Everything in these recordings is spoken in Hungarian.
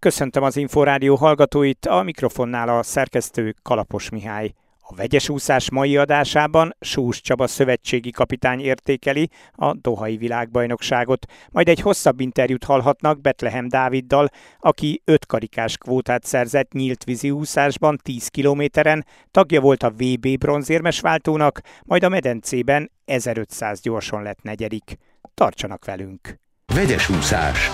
Köszöntöm az Inforádió hallgatóit, a mikrofonnál a szerkesztő Kalapos Mihály. A vegyes úszás mai adásában Sós Csaba szövetségi kapitány értékeli a dohai világbajnokságot, majd egy hosszabb interjút hallhatnak Betlehem Dáviddal, aki 5 karikás kvótát szerzett nyílt vízi úszásban 10 kilométeren, tagja volt a VB bronzérmes váltónak, majd a medencében 1500 gyorson lett negyedik. Tartsanak velünk! Vegyes úszás.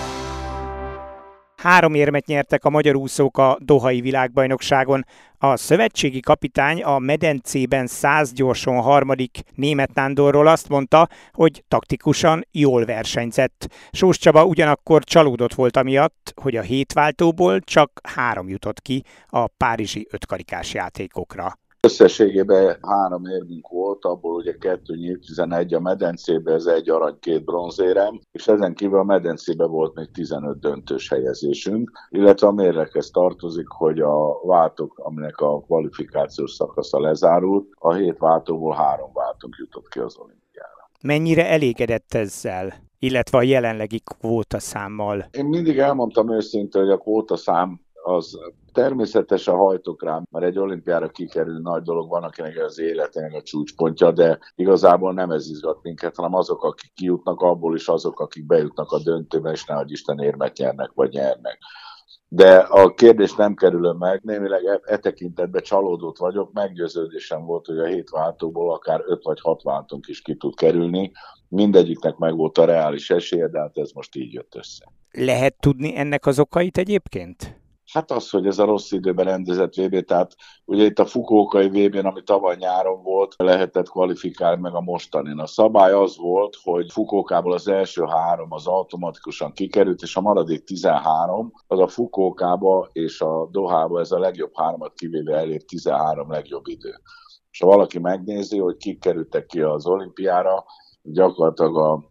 3 érmet nyertek a magyar úszók a dohai világbajnokságon. A szövetségi kapitány a medencében 100 gyorson harmadik Németh Nándorról azt mondta, hogy taktikusan jól versenyzett. Sós Csaba ugyanakkor csalódott volt amiatt, hogy a 7 váltóból csak 3 jutott ki a párizsi 5 karikás játékokra. Összességében 3 érmünk volt, abból ugye 2 nyílt, 11 a medencében, ez 1 arany, 2 bronzérem, és ezen kívül a medencében volt még 15 döntős helyezésünk, illetve a mérleghez tartozik, hogy a váltók, aminek a kvalifikációs szakasza lezárult, a 7 váltóból 3 váltónk jutott ki az olimpiára. Mennyire elégedett ezzel, illetve a jelenlegi kvótaszámmal? Én mindig elmondtam őszintén, hogy a kvótaszám az természetesen hajtok rám, mert egy olimpiára kikerül nagy dolog, van, akinek az életének a csúcspontja, de igazából nem ez izgat minket, hanem azok, akik kijutnak, abból is azok, akik bejutnak a döntőbe, és nehogy Isten érmet nyernek, vagy nyernek. De a kérdést nem kerülöm meg, némileg tekintetben csalódott vagyok, meggyőződésem volt, hogy a 7 váltóból akár 5 vagy 6 váltónk is ki tud kerülni, mindegyiknek meg volt a reális esélye, de hát ez most így jött össze. Lehet tudni ennek az okait egyébként? Hát az, hogy ez a rossz időben rendezett VB, tehát ugye itt a Fukuokai VB-n, ami tavaly nyáron volt, lehetett kvalifikálni meg a mostanin. A szabály az volt, hogy Fukuokából az első 3 az automatikusan kikerült, és a maradék 13 az a Fukuokába és a Dohába ez a legjobb 3-at kivéve elért 13 legjobb idő. És ha valaki megnézi, hogy kik kerültek ki az olimpiára, gyakorlatilag a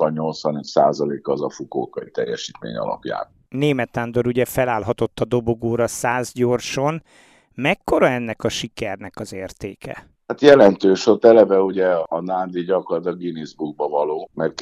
80-85% az a Fukuokai teljesítmény alapján. Németh Nándor ugye felállhatott a dobogóra 100 gyorson. Mekkora ennek a sikernek az értéke? Hát jelentős, ott eleve ugye a Nándi gyakorlatilag Guinness Bookba való, mert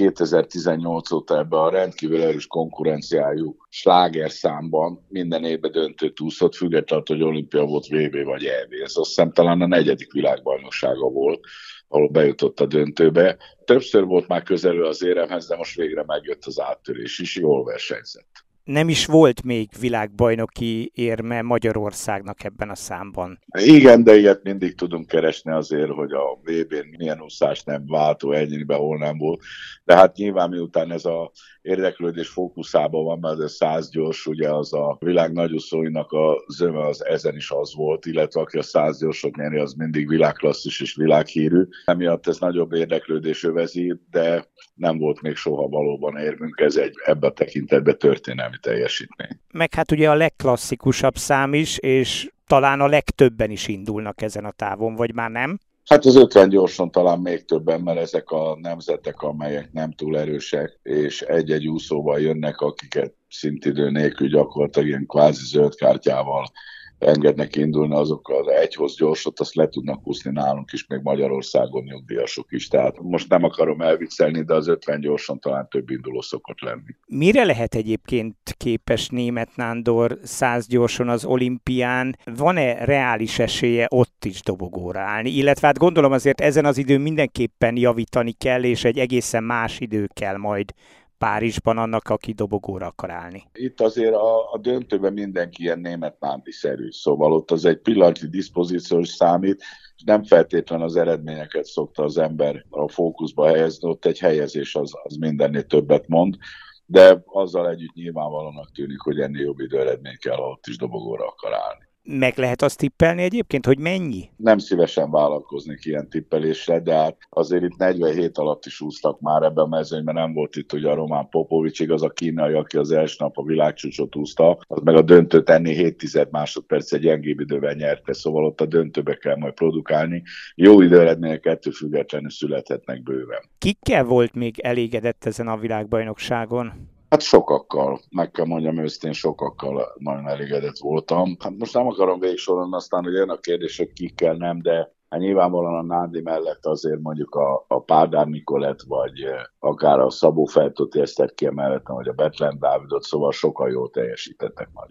2018 óta ebben a rendkívül erős konkurenciájú slágerszámban minden évben döntőt úszott, függetlenül, hogy olimpia volt, VB vagy EB. Ez azt hiszem talán a 4. világbajnoksága volt, ahol bejutott a döntőbe. Többször volt már közelő az éremhez, de most végre megjött az áttörés is, jól versenyzett. Nem is volt még világbajnoki érme Magyarországnak ebben a számban. Igen, de ilyet mindig tudunk keresni azért, hogy a VB-n milyen úszás nem váltó, ennyiben hol nem volt. De hát nyilván miután ez a érdeklődés fókuszában van, mert ez 100 gyors, ugye az a világ nagyúszóinak a zöme az ezen is az volt, illetve aki a 100 gyorsot nyeri, az mindig világklasszis és világhírű. Emiatt ez nagyobb érdeklődés övezi, de nem volt még soha valóban érmünk, ez egy ebben a tekintetben történelmi teljesítmény. Meg hát ugye a legklasszikusabb szám is, és talán a legtöbben is indulnak ezen a távon, vagy már nem? Hát az 50 gyorsan talán még többen, mert ezek a nemzetek, amelyek nem túl erősek, és egy-egy úszóval jönnek, akiket szintidő nélkül gyakorlatilag ilyen kvázi zöld kártyával engednek indulni, azok az egyhoz gyorsot, azt le tudnak úszni nálunk is, még Magyarországon nyugdíjasok is. Tehát most nem akarom elviccelni, de az 50 gyorsan talán több induló szokott lenni. Mire lehet egyébként képes Németh Nándor 100 gyorson az olimpián? Van-e reális esélye ott is dobogóra állni? Illetve hát gondolom azért ezen az időn mindenképpen javítani kell, és egy egészen más idő kell majd Párizsban annak, aki dobogóra akar állni. Itt azért a döntőben mindenki ilyen Németh Nándi-szerű, szóval ott az egy pillanatnyi diszpozíciós számít, és nem feltétlen az eredményeket szokta az ember a fókuszba helyezni, ott egy helyezés az mindennél többet mond, de azzal együtt nyilvánvalónak tűnik, hogy ennél jobb időeredmény kell, ha ott is dobogóra akar állni. Meg lehet azt tippelni egyébként, hogy mennyi? Nem szívesen vállalkoznék ilyen tippelésre, de hát azért itt 47 alatt is úsztak már ebben a mezőnyben, nem volt itt ugye a Roman Popovics, igaz a kínai, aki az első nap a világcsúcsot úszta, az meg a döntőt ennél 7 másodperc egy gyengébb idővel nyerte, szóval ott a döntőbe kell majd produkálni. Jó időeredmények ettől függetlenül születhetnek bőven. Kikkel volt még elégedett ezen a világbajnokságon? Hát sokakkal, meg kell mondjam őszintén, sokakkal nagyon elégedett voltam. Hát most nem akarom végsorolni aztán, hogy jön a kérdés, hogy kikkel nem, de hát nyilvánvalóan a Nándi mellett azért mondjuk a Pádár Nikolett, vagy akár a Szabó Fertóti Esztert kiemelhetem, vagy a Betlehem Dávidot, szóval sokan jól teljesítettek nagyon.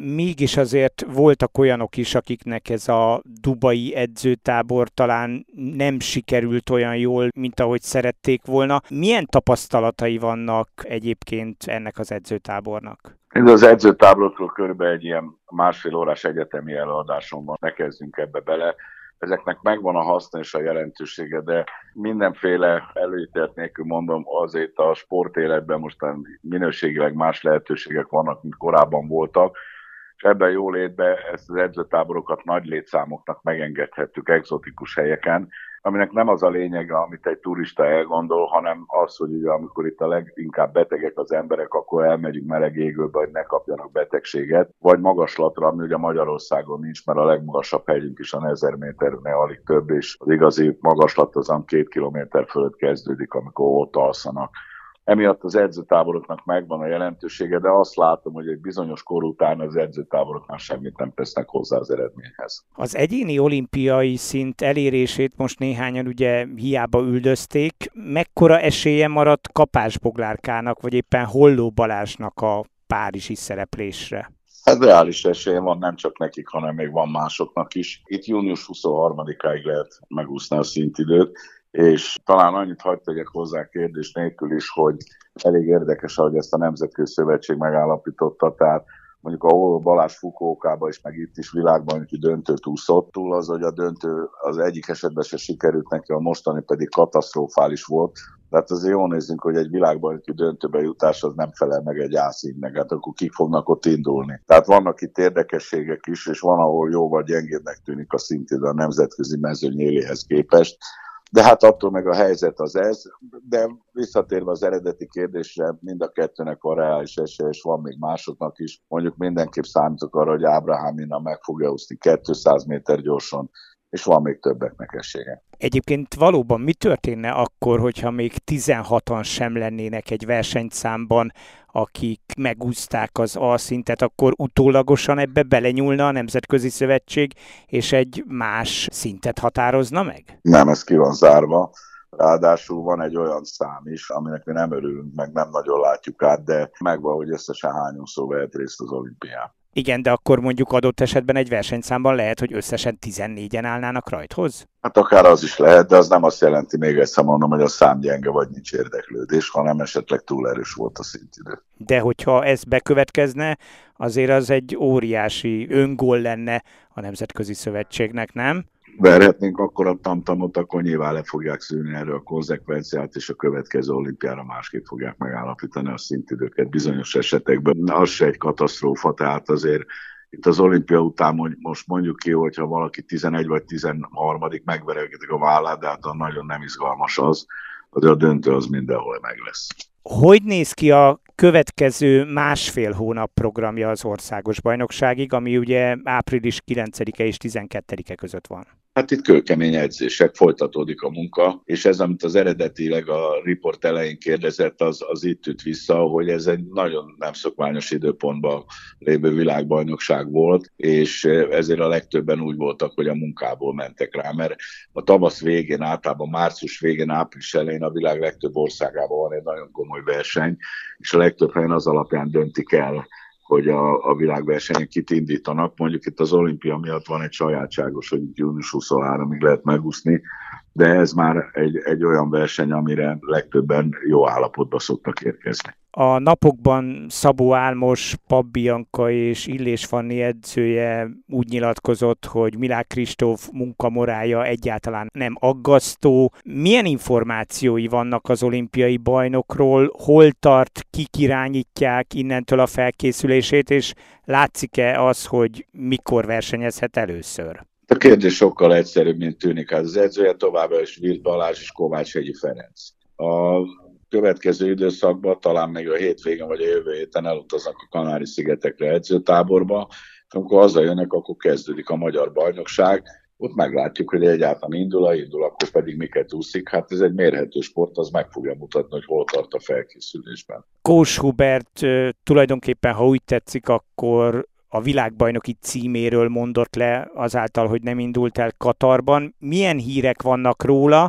mégis azért voltak olyanok is, akiknek ez a dubai edzőtábor talán nem sikerült olyan jól, mint ahogy szerették volna. Milyen tapasztalatai vannak egyébként ennek az edzőtábornak? Ez az edzőtáborokról körülbelül egy ilyen másfél órás egyetemi előadáson van, ne kezdjünk ebbe bele. Ezeknek megvan a haszna és a jelentősége, de mindenféle előítélet nélkül mondom, azért a sportéletben mostan minőségileg más lehetőségek vannak, mint korábban voltak, és ebben jó létben ezt az edzőtáborokat nagy létszámoknak megengedhettük egzotikus helyeken, aminek nem az a lényege, amit egy turista elgondol, hanem az, hogy ugye, amikor itt a leginkább betegek az emberek, akkor elmegyünk meleg égőbe, hogy ne kapjanak betegséget, vagy magaslatra, ami ugye Magyarországon nincs, mert a legmagasabb hegyünk is a 1000 méternél alig több, és az igazi magaslat az 2 kilométer fölött kezdődik, amikor ott alszanak. Emiatt az edzőtáboroknak megvan a jelentősége, de azt látom, hogy egy bizonyos kor után az edzőtáboroknál semmit nem tesznek hozzá az eredményhez. Az egyéni olimpiai szint elérését most néhányan ugye hiába üldözték. Mekkora esélye maradt Kapás Boglárkának, vagy éppen Holló Balázsnak a párizsi szereplésre? Hát reális esélye van nem csak nekik, hanem még van másoknak is. Itt június 23-áig lehet megúszni a szintidőt, és talán annyit hadd tegyek hozzá kérdés nélkül is, hogy elég érdekes, ahogy ezt a Nemzetközi Szövetség megállapította, tehát mondjuk a Holló Balázs Fukuokában is, meg itt is világbajnoki döntőt úszott túl, az, hogy a döntő az egyik esetben se sikerült neki, a mostani pedig katasztrofális volt. Tehát azért jól nézzünk, hogy egy világbajnoki döntőbe jutás az nem felel meg egy A-szintnek, hát akkor kik fognak ott indulni. Tehát vannak itt érdekességek is, és van, ahol jóval gyengébbnek tűnik a szintén a nemzetközi mezőny éléhez képest. De hát attól meg a helyzet az ez, de visszatérve az eredeti kérdésre, mind a kettőnek van reális esélye, és van még másoknak is. Mondjuk mindenképp számítok arra, hogy Ábrahám Inna meg fogja úszni 200 méter gyorsan, és van még többeknek esélye. Egyébként valóban mi történne akkor, hogyha még 16-an sem lennének egy versenyszámban, akik megúszták az A-szintet, akkor utólagosan ebbe belenyúlna a Nemzetközi Szövetség, és egy más szintet határozna meg? Nem, ez ki van zárva. Ráadásul van egy olyan szám is, aminek mi nem örülünk, meg nem nagyon látjuk át, de megvan, hogy összesen hányszor vehet részt az olimpián. Igen, de akkor mondjuk adott esetben egy versenyszámban lehet, hogy összesen 14-en állnának rajthoz? Hát akár az is lehet, de az nem azt jelenti, még egyszer mondom, hogy a szám gyenge vagy nincs érdeklődés, hanem esetleg túl erős volt a szintidő. De hogyha ez bekövetkezne, azért az egy óriási öngól lenne a Nemzetközi Szövetségnek, nem? Verhetnénk akkor a tamtamot, akkor nyilván le fogják szűrni erről a konzekvenciát, és a következő olimpiára másképp fogják megállapítani a szintidőket bizonyos esetekben. Az se egy katasztrófa, tehát azért itt az olimpia után most mondjuk ki, hogyha valaki 11 vagy 13. megveregetik a vállát, de hát nagyon nem izgalmas az, hogy a döntő az mindenhol meg lesz. Hogy néz ki a következő másfél hónap programja az országos bajnokságig, ami ugye április 9-e és 12-e között van? Hát itt kőkemény edzések, folytatódik a munka, és ez, amit az eredetileg a riport elején kérdezett, az itt üt vissza, hogy ez egy nagyon nem szokványos időpontban lévő világbajnokság volt, és ezért a legtöbben úgy voltak, hogy a munkából mentek rá, mert a tavasz végén, általában március végén, április elején a világ legtöbb országában van egy nagyon komoly verseny, és a legtöbb helyen az alapján döntik el, hogy a világversenyen kit indítanak. Mondjuk itt az olimpia miatt van egy sajátságos, hogy itt június 23-ig lehet megúszni, de ez már egy olyan verseny, amire legtöbben jó állapotba szoktak érkezni. A napokban Szabó Álmos, Papp Bianca és Illés Fanni edzője úgy nyilatkozott, hogy Milák Kristóf munkamorálja egyáltalán nem aggasztó. Milyen információi vannak az olimpiai bajnokról? Hol tart, kik irányítják innentől a felkészülését, és látszik-e az, hogy mikor versenyezhet először? A kérdés sokkal egyszerűbb, mint tűnik. Az edzője továbbra is Virt Balázs és Kovács-hegyi Ferenc. A következő időszakban, talán még a hétvégén vagy a jövő héten elutaznak a Kanári-szigetekre edzőtáborba, amikor hazajönnek, akkor kezdődik a magyar bajnokság. Ott meglátjuk, hogy egyáltalán indul, akkor pedig miket úszik. Hát ez egy mérhető sport, az meg fogja mutatni, hogy hol tart a felkészülésben. Kós Hubert tulajdonképpen, ha úgy tetszik, akkor a világbajnoki címéről mondott le azáltal, hogy nem indult el Katarban. Milyen hírek vannak róla,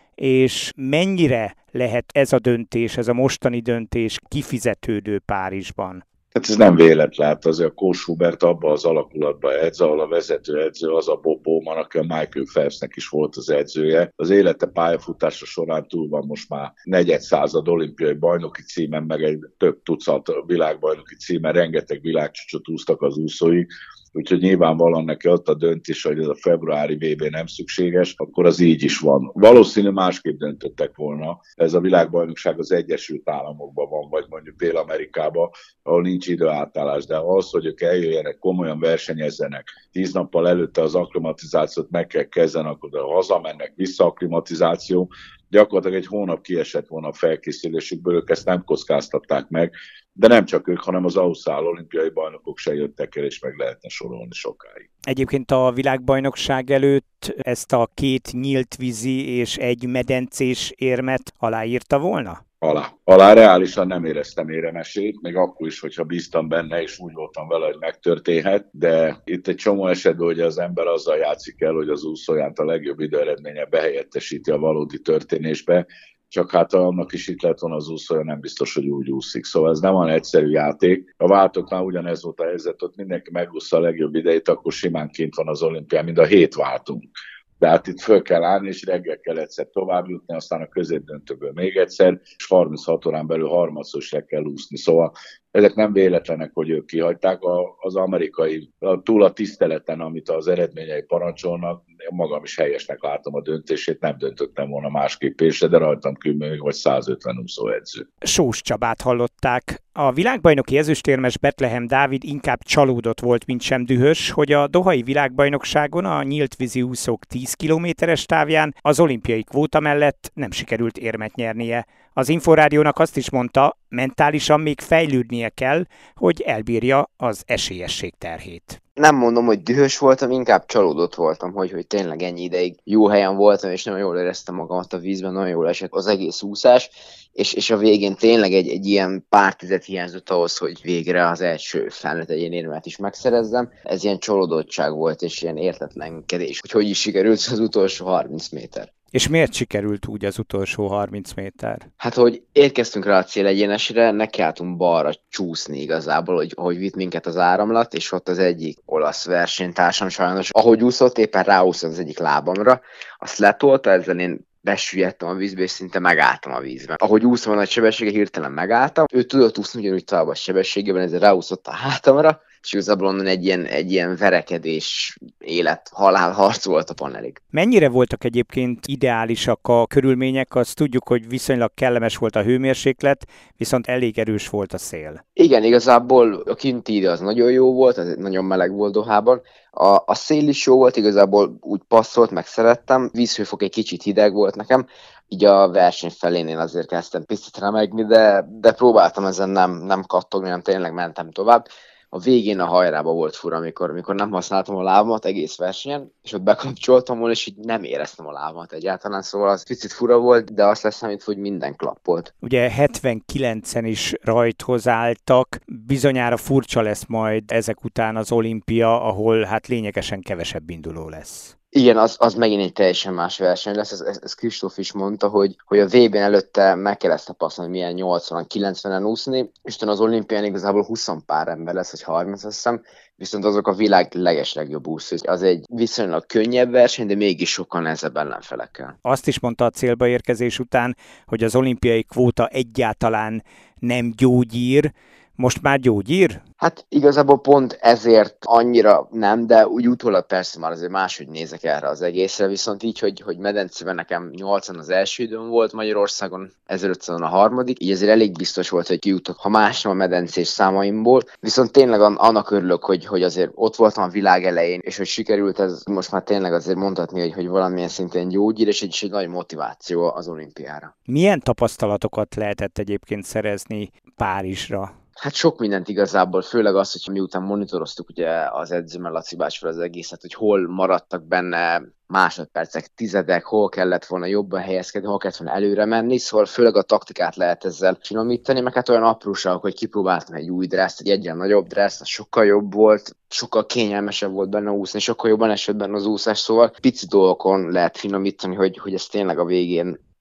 és mennyire lehet ez a döntés, ez a mostani döntés kifizetődő Párizsban? Hát ez nem véletlen, hát azért a Kós Hubert abban az alakulatban edz, ahol a vezetőedző az a Bob Bowman, aki a Michael Phelpsnek is volt az edzője. Az élete pályafutása során túl van most már negyedszázad olimpiai bajnoki címen, meg egy több tucat világbajnoki címen, rengeteg világcsúcsot úsztak az úszói. Úgyhogy nyilvánvalóan neki ott a döntés, hogy ez a februári VB nem szükséges, akkor az így is van. Valószínű másképp döntöttek volna. Ez a világbajnokság az Egyesült Államokban van, vagy mondjuk Dél-Amerikában, ahol nincs időátállás, de az, hogy ők eljöjjenek, komolyan versenyezzenek, 10 nappal előtte az akklimatizációt meg kell kezdeni, akkor hazamennek, visszaakklimatizáció, gyakorlatilag egy hónap kiesett volna a felkészülésükből, ők ezt nem kockáztatták meg, de nem csak ők, hanem az ausztrál olimpiai bajnokok se jöttek el, és meg lehetne sorolni sokáig. Egyébként a világbajnokság előtt ezt a 2 nyílt vízi és 1 medencés érmet aláírta volna? Alá reálisan nem éreztem éremesét, még akkor is, hogyha bíztam benne, és úgy voltam vele, hogy megtörténhet, de itt egy csomó esetben, hogy az ember azzal játszik el, hogy az úszóját a legjobb időeredménye behelyettesíti a valódi történésbe, csak hát annak is itt lett volna az úszója, nem biztos, hogy úgy úszik. Szóval ez nem olyan egyszerű játék. A váltóknál ugyanez volt a helyzet, ott mindenki megúszza a legjobb idejét, akkor simán kint van az olimpián, mind a 7 váltunk. De hát itt föl kell állni, és reggel kell egyszer tovább jutni, aztán a középdöntőből még egyszer, és 36 órán belül harmadszor is le kell úszni. Szóval ezek nem véletlenek, hogy ők kihagyták az amerikai, túl a tiszteleten, amit az eredményei parancsolnak, magam is helyesnek látom a döntését, nem döntöttem volna másképp se, de rajtam kívül még vagy 150 úszóedző. Sós Csabát hallották. A világbajnoki ezüstérmes Bethlehem Dávid inkább csalódott volt, mint sem dühös, hogy a dohai világbajnokságon a nyíltvízi úszók 10 kilométeres távján az olimpiai kvóta mellett nem sikerült érmet nyernie. Az Inforádiónak azt is mondta, mentálisan még fejlődnie kell, hogy elbírja az esélyesség terhét. Nem mondom, hogy dühös voltam, inkább csalódott voltam, hogy tényleg ennyi ideig jó helyen voltam, és nagyon jól éreztem magamat a vízben, nagyon jól esett az egész úszás, és a végén tényleg egy ilyen pár tized hiányzott ahhoz, hogy végre az első felnőtt egyénérmet is megszerezzem. Ez ilyen csalódottság volt, és ilyen értetlenkedés, hogy is sikerült az utolsó 30 méter. És miért sikerült úgy az utolsó 30 méter? Hát, hogy érkeztünk rá a célegyenesre, nekiálltunk balra csúszni igazából, hogy vitt minket az áramlat, és ott az egyik olasz versenytársam sajnos, ahogy úszott, éppen ráúszott az egyik lábamra, azt letolta, ezzel én besüllyedtem a vízbe, és szinte megálltam a vízben. Ahogy úszom a nagy sebessége, hirtelen megálltam. Ő tudott úszni ugyanúgy tovább a sebességében, ezzel ráúszott a hátamra, és igazából onnan egy ilyen verekedés, élet-halál harc volt a panelig. Mennyire voltak egyébként ideálisak a körülmények? Azt tudjuk, hogy viszonylag kellemes volt a hőmérséklet, viszont elég erős volt a szél. Igen, igazából a kinti idő az nagyon jó volt, az nagyon meleg volt Dohában. A szél is jó volt, igazából úgy passzolt, meg szerettem. Vízhőfok egy kicsit hideg volt nekem, így a verseny felénél azért kezdtem picit remegni, de próbáltam ezen nem kattogni, hanem tényleg mentem tovább. A végén a hajrába volt fura, amikor nem használtam a lábamat egész versenyen, és ott bekapcsoltam volna, és így nem éreztem a lábamat egyáltalán, szóval az picit fura volt, de azt leszámít, hogy minden klappolt. Ugye 79-en is rajthoz álltak, bizonyára furcsa lesz majd ezek után az olimpia, ahol hát lényegesen kevesebb induló lesz. Igen, az megint egy teljesen más verseny lesz, ez Kristóf is mondta, hogy a VB-n előtte meg kell ezt tapasztalni, milyen 80-90-en úszni, és az olimpián igazából 20 pár ember lesz, vagy 30, azt hiszem, viszont azok a világ legeslegjobb úszó. Az egy viszonylag könnyebb verseny, de mégis sokkal nehezebb ellenfelekkel. Azt is mondta a célba érkezés után, hogy az olimpiai kvóta egyáltalán nem gyógyír. Most már gyógyír? Hát igazából pont ezért annyira nem, de úgy utólag persze már azért máshogy nézek erre az egészre, viszont így, hogy medencében nekem 80 az első időm volt Magyarországon, 1500 a harmadik, így azért elég biztos volt, hogy kijutok, ha más nem a medencés számaimból, viszont tényleg annak örülök, hogy azért ott voltam a világ elején, és hogy sikerült ez most már tényleg azért mondhatni, hogy valamilyen szinten gyógyír, és egy nagy motiváció az olimpiára. Milyen tapasztalatokat lehetett egyébként szerezni Párizsra? Hát sok mindent igazából, főleg az, hogy miután monitoroztuk ugye az edzőmmel, Laci bácsival az egészet, hogy hol maradtak benne másodpercek, tizedek, hol kellett volna jobban helyezkedni, hol kellett volna előre menni, szóval főleg a taktikát lehet ezzel finomítani, meg hát olyan apróságok, hogy kipróbáltam egy új dresszt, egy egyre nagyobb dresszt, az sokkal jobb volt, sokkal kényelmesebb volt benne úszni, sokkal jobban esett benne az úszás, szóval pici dolgokon lehet finomítani, hogy ez tényleg a végén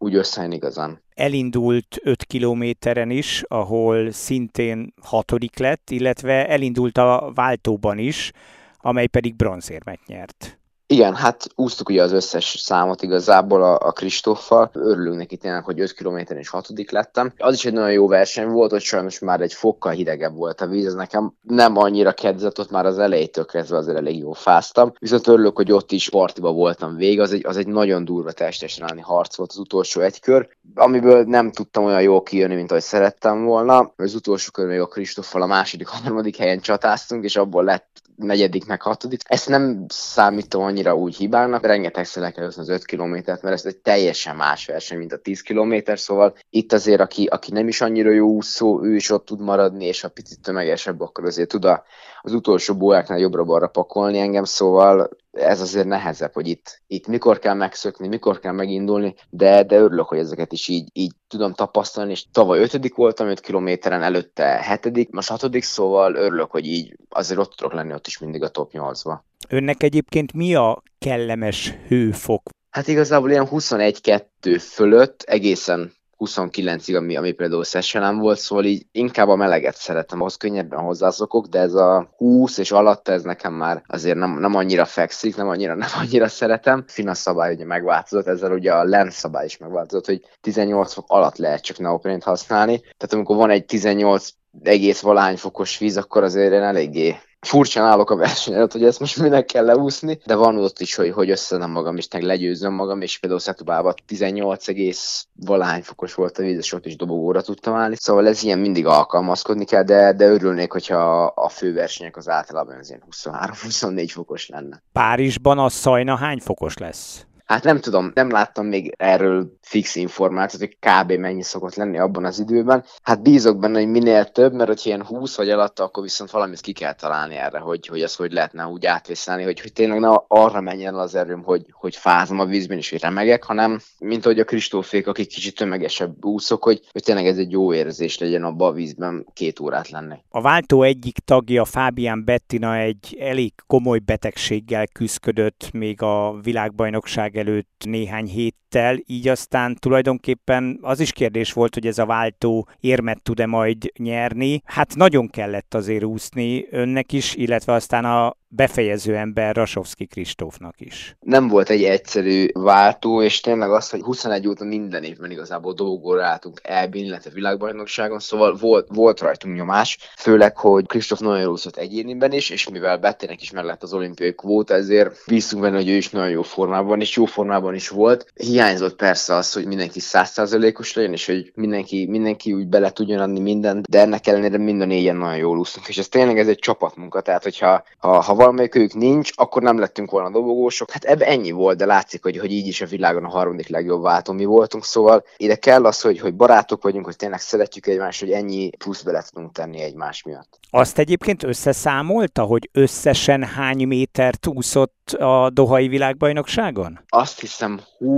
úgy összejön igazán. Elindult 5 kilométeren is, ahol szintén 6. lett, illetve elindult a váltóban is, amely pedig bronzérmet nyert. Igen, hát úsztuk ugye az összes számot igazából a Kristóffal. Örülünk neki tényleg, hogy 5 kilométeren is 6. lettem. Az is egy nagyon jó verseny volt, hogy sajnos már egy fokkal hidegebb volt a víz, ez nekem nem annyira kedvezett, ott már az elejétől kezdve azért elég jól fáztam. Viszont örülök, hogy ott is partiba voltam végig, az egy nagyon durva testesen állni harc volt az utolsó egy kör, amiből nem tudtam olyan jól kijönni, mint ahogy szerettem volna. Az utolsó kör még a Kristóffal a második, harmadik helyen csatáztunk, és abból lett 4. meg 6. Ezt nem számítom annyira úgy hibának, rengetegszer le kell az 5 kilométert, mert ez egy teljesen más verseny, mint a 10 kilométer, szóval itt azért, aki nem is annyira jó úszó, ő is ott tud maradni, és ha picit tömegesebb, akkor azért tud az utolsó bójáknál jobbra-balra pakolni engem, szóval ez azért nehezebb, hogy itt mikor kell megszökni, mikor kell megindulni, de örülök, hogy ezeket is így tudom tapasztalni, és tavaly 5. voltam 5 kilométeren, előtte 7., most 6., szóval örülök, hogy így azért ott tudok lenni ott is mindig a top 8-ba. Önnek egyébként mi a kellemes hőfok? Hát igazából ilyen 21-2 fölött egészen 29-ig, ami például Seychellen volt, szóval így inkább a meleget szeretem, ahhoz könnyebben hozzászokok, de ez a 20 és alatta ez nekem már azért nem annyira fekszik, nem annyira szeretem. Fina szabály ugye megváltozott, ezzel ugye a lent szabály is megváltozott, hogy 18 fok alatt lehet csak neoprént használni, tehát amikor van egy 18 egész valahány fokos víz, akkor azért én eléggé furcsán állok a verseny előtt, hogy ezt most minek kell leúszni, de van ott is, hogy összedem magam is, meg legyőzöm magam, és például Setubában 18 egész valahány fokos volt a víz, és ott is dobogóra tudtam állni. Szóval ez ilyen mindig alkalmazkodni kell, de örülnék, hogyha a főversenyek az általában az ilyen 23-24 fokos lenne. Párizsban a Szajna hány fokos lesz? Hát nem tudom, nem láttam még erről fix információt, hogy kb. Mennyi szokott lenni abban az időben. Hát bízok benne, hogy minél több, mert hogyha ilyen 20 vagy alatta, akkor viszont valamit ki kell találni erre, hogy ezt hogy lehetne úgy átvészelni, hogy tényleg ne arra menjen az erőm, hogy fázom a vízben és hogy remegek, hanem mint ahogy a Kristófék, akik kicsit tömegesebb úszok, hogy tényleg ez egy jó érzés legyen abban a vízben 2 órát lenni. A váltó egyik tagja, Fábián Bettina egy elég komoly betegséggel küszködött még a világbajnokság előtt néhány héttel, így aztán tulajdonképpen az is kérdés volt, hogy ez a váltó érmet tud-e majd nyerni. Hát nagyon kellett azért úszni önnek is, illetve aztán a befejező ember Rasovszky Kristófnak is. Nem volt egy egyszerű váltó, és tényleg az, hogy 21 óta minden évben igazából dobogóra álltunk EB-n, illetve világbajnokságon, szóval volt rajtunk nyomás, főleg, hogy Kristóf nagyon jól úszott egyéniben is, és mivel Bettinek is meg lett az olimpiai kvóta, ezért bíztunk benne, hogy ő is nagyon jó formában, és jó formában is volt. Hiányzott persze az, hogy mindenki 100%-os legyen, és hogy mindenki úgy bele tudjon adni mindent, de ennek ellenére minden éjjel nagyon jól úsztunk, és ez tényleg egy csapatmunka, tehát hogyha valamelyikük nincs, akkor nem lettünk volna dobogósok. Hát ebben ennyi volt, de látszik, hogy így is a világon a 3. legjobb váltó mi voltunk, szóval ide kell az, hogy barátok vagyunk, hogy tényleg szeretjük egymást, hogy ennyi plusz bele tudunk tenni egymás miatt. Azt egyébként összeszámolta, hogy összesen hány métert úszott a dohai világbajnokságon? Azt hiszem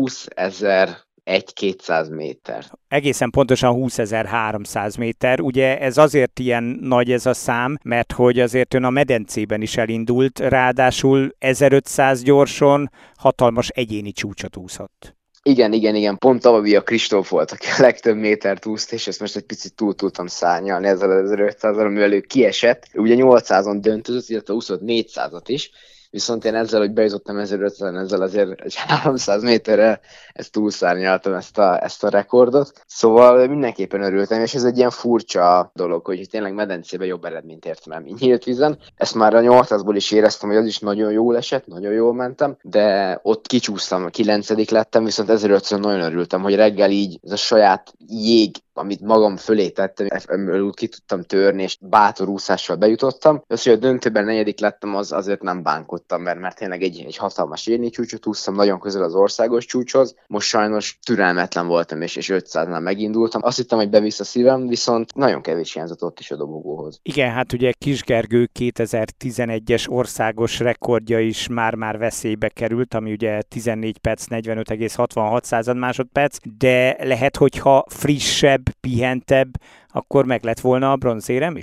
20.200 méter. Egészen pontosan 20.300 méter. Ugye ez azért ilyen nagy ez a szám, mert hogy azért ön a medencében is elindult, ráadásul 1500 gyorson hatalmas egyéni csúcsot úszott. Igen. Pont tavaly a Kristóf volt, aki a legtöbb métert úszt, és ezt most egy picit túl tudtam szárnyalni ezzel az 1500-al, mivel ő kiesett. Ugye 800-on döntözött, illetve úszott 400-at is, viszont én ezzel, hogy bejutottam 1500-en, ezzel azért egy 300 méterre ezt túlszárnyaltam ezt a rekordot. Szóval mindenképpen örültem, és ez egy ilyen furcsa dolog, hogy tényleg medencében jobb eredményt értem el, mint nyílt vízen. Ezt már a 800-ból is éreztem, hogy az is nagyon jól esett, nagyon jól mentem, de ott kicsúsztam, 9. lettem, viszont 1500 nagyon örültem, hogy reggel így ez a saját jég, amit magam fölé tettem, ebből ki tudtam törni, és bátor úszással bejutottam. Az, hogy a döntőben 4. lettem, azért nem bánkodtam, mert tényleg egy hatalmas érni csúcsot úsztam, nagyon közel az országos csúcshoz. Most sajnos türelmetlen voltam, és 500-nál megindultam. Azt hittem, hogy bevisz a szívem, viszont nagyon kevés hiányzott ott is a dobogóhoz. Igen, hát ugye Kis Gergő 2011-es országos rekordja is már veszélybe került, ami ugye 14 perc 45,66 másodperc, de lehet, hogyha frissebb, pihentebb, akkor meg lett volna a bronzérem is?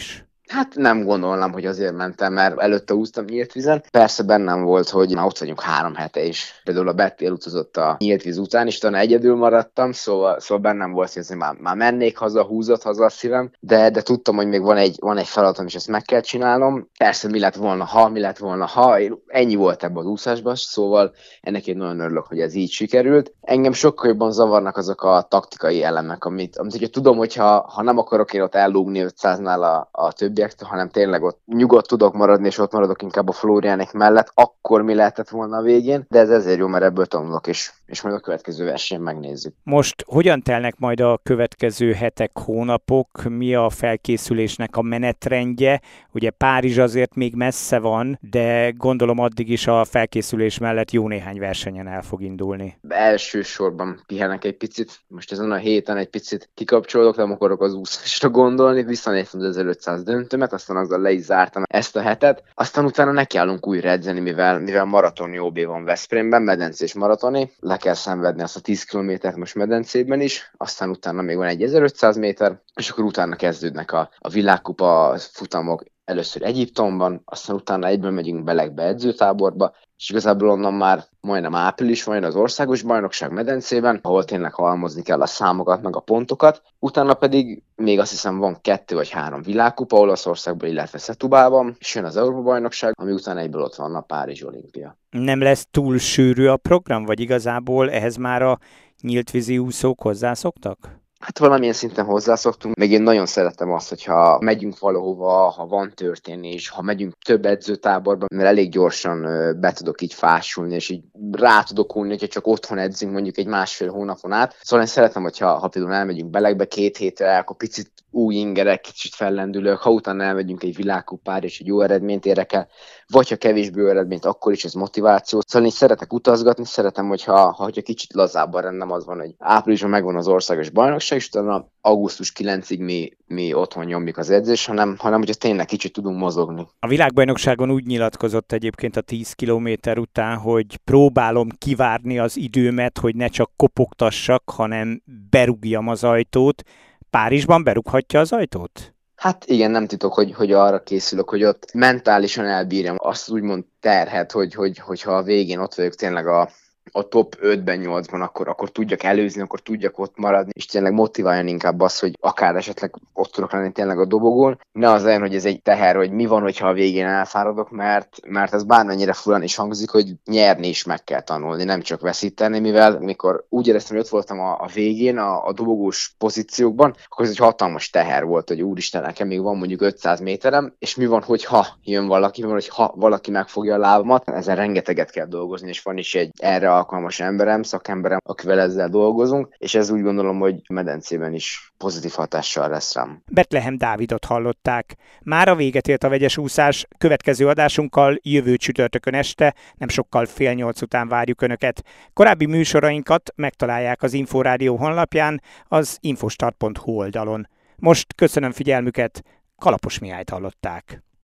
Hát nem gondolnám, hogy azért mentem, mert előtte úsztam nyílt vízen. Persze bennem volt, hogy már ott vagyunk 3 hete is. Például a Betty elutazott a nyílt víz után, és talán egyedül maradtam, szóval bennem volt, hogy már mennék haza, húzott haza a szívem, de tudtam, hogy még van egy feladatom, és ezt meg kell csinálnom. Persze mi lett volna, ha, ennyi volt ebben az úszásban, szóval ennek én nagyon örülök, hogy ez így sikerült. Engem sokkal jobban zavarnak azok a taktikai elemek, amit ugye tudom, hogy ha nem akarok én ott ellúgni 500-nál a többiektől, hanem tényleg ott nyugodt tudok maradni, és ott maradok inkább a Flóriánék mellett, akkor mi lehetett volna a végén, de ez ezért jó, mert ebből tanulok, és majd a következő versenyen megnézzük. Most hogyan telnek majd a következő hetek, hónapok? Mi a felkészülésnek a menetrendje? Ugye Párizs azért még messze van, de gondolom addig is a felkészülés mellett jó néhány versenyen el fog indulni. Elsősorban pihenek egy picit, most ezen a héten egy picit kikapcsolódok, nem akarok az úszásra gondolni, visszanéztem az 1500 döntőmet, aztán azzal le is zártam ezt a hetet, aztán utána nekiállunk újra edzeni, mivel maratoni OB van Veszprémben, medencés maratoni, le kell szenvedni azt a 10 kilométert most medencében is, aztán utána még van egy 1500 méter, és akkor utána kezdődnek a világkupa futamok, először Egyiptomban, aztán utána egyből megyünk Belegbe edzőtáborba, és igazából onnan már majdnem április van az országos bajnokság medencében, ahol tényleg halmozni kell a számokat, meg a pontokat. Utána pedig még azt hiszem van 2 vagy 3 világkupa Olaszországban, illetve Setubában, és jön az Európa-bajnokság, ami után egyből ott van a Párizsi olimpia. Nem lesz túl sűrű a program, vagy igazából ehhez már a nyíltvízi úszók hozzászoktak? Hát valamilyen szinten hozzászoktunk, meg én nagyon szeretem azt, hogyha megyünk valahova, ha van történés, ha megyünk több edzőtáborba, mert elég gyorsan be tudok így fásulni, és így rá tudok unni, hogyha csak otthon edzünk mondjuk egy 1,5 hónapon át. Szóval én szeretem, hogyha például elmegyünk Belegbe 2 hétre, akkor picit új ingerek, kicsit fellendülök, ha utána elmegyünk egy világkupára, és egy jó eredményt érek el, vagy ha kevésbé jó eredményt, akkor is ez motiváció. Szóval én szeretek utazgatni, szeretem, hogyha kicsit lazábban rendem az van, hogy áprilisban megvan az országos bajnokság, és utána augusztus 9-ig mi otthon nyomjuk az edzést, hanem hogyha tényleg kicsit tudunk mozogni. A világbajnokságon úgy nyilatkozott egyébként a 10 kilométer után, hogy próbálom kivárni az időmet, hogy ne csak kopogtassak, hanem berúgjam az ajtót. Párizsban berúghatja az ajtót? Hát igen, nem titok, hogy arra készülök, hogy ott mentálisan elbírjam azt úgymond terhet, hogyha a végén ott vagyok tényleg a top 5-ben, 8-ban, akkor tudjak előzni, akkor tudjak ott maradni, és tényleg motiváljon inkább az, hogy akár esetleg ott tudok lenni tényleg a dobogón. Ne az legyen, hogy ez egy teher, hogy mi van, hogyha a végén elfáradok, mert ez bármennyire furán is hangzik, hogy nyerni is meg kell tanulni, nem csak veszíteni, mivel mikor úgy éreztem, hogy ott voltam a végén, a dobogós pozíciókban, akkor ez egy hatalmas teher volt, hogy úristen, nekem még van mondjuk 500 méterem, és mi van, hogyha jön valaki, mi van, hogyha valaki megfogja a lábamat, ezen rengeteget kell dolgozni, és van is egy erre alkalmas emberem, szakemberem, akivel ezzel dolgozunk, és ez úgy gondolom, hogy medencében is pozitív hatással lesz rám. Betlehem Dávidot hallották. Már a véget ért a vegyes úszás, következő adásunkkal jövő csütörtökön este, nem sokkal 7:30 után várjuk Önöket. Korábbi műsorainkat megtalálják az Inforádió honlapján, az infostart.hu oldalon. Most köszönöm figyelmüket, Kalapos Mihályt hallották.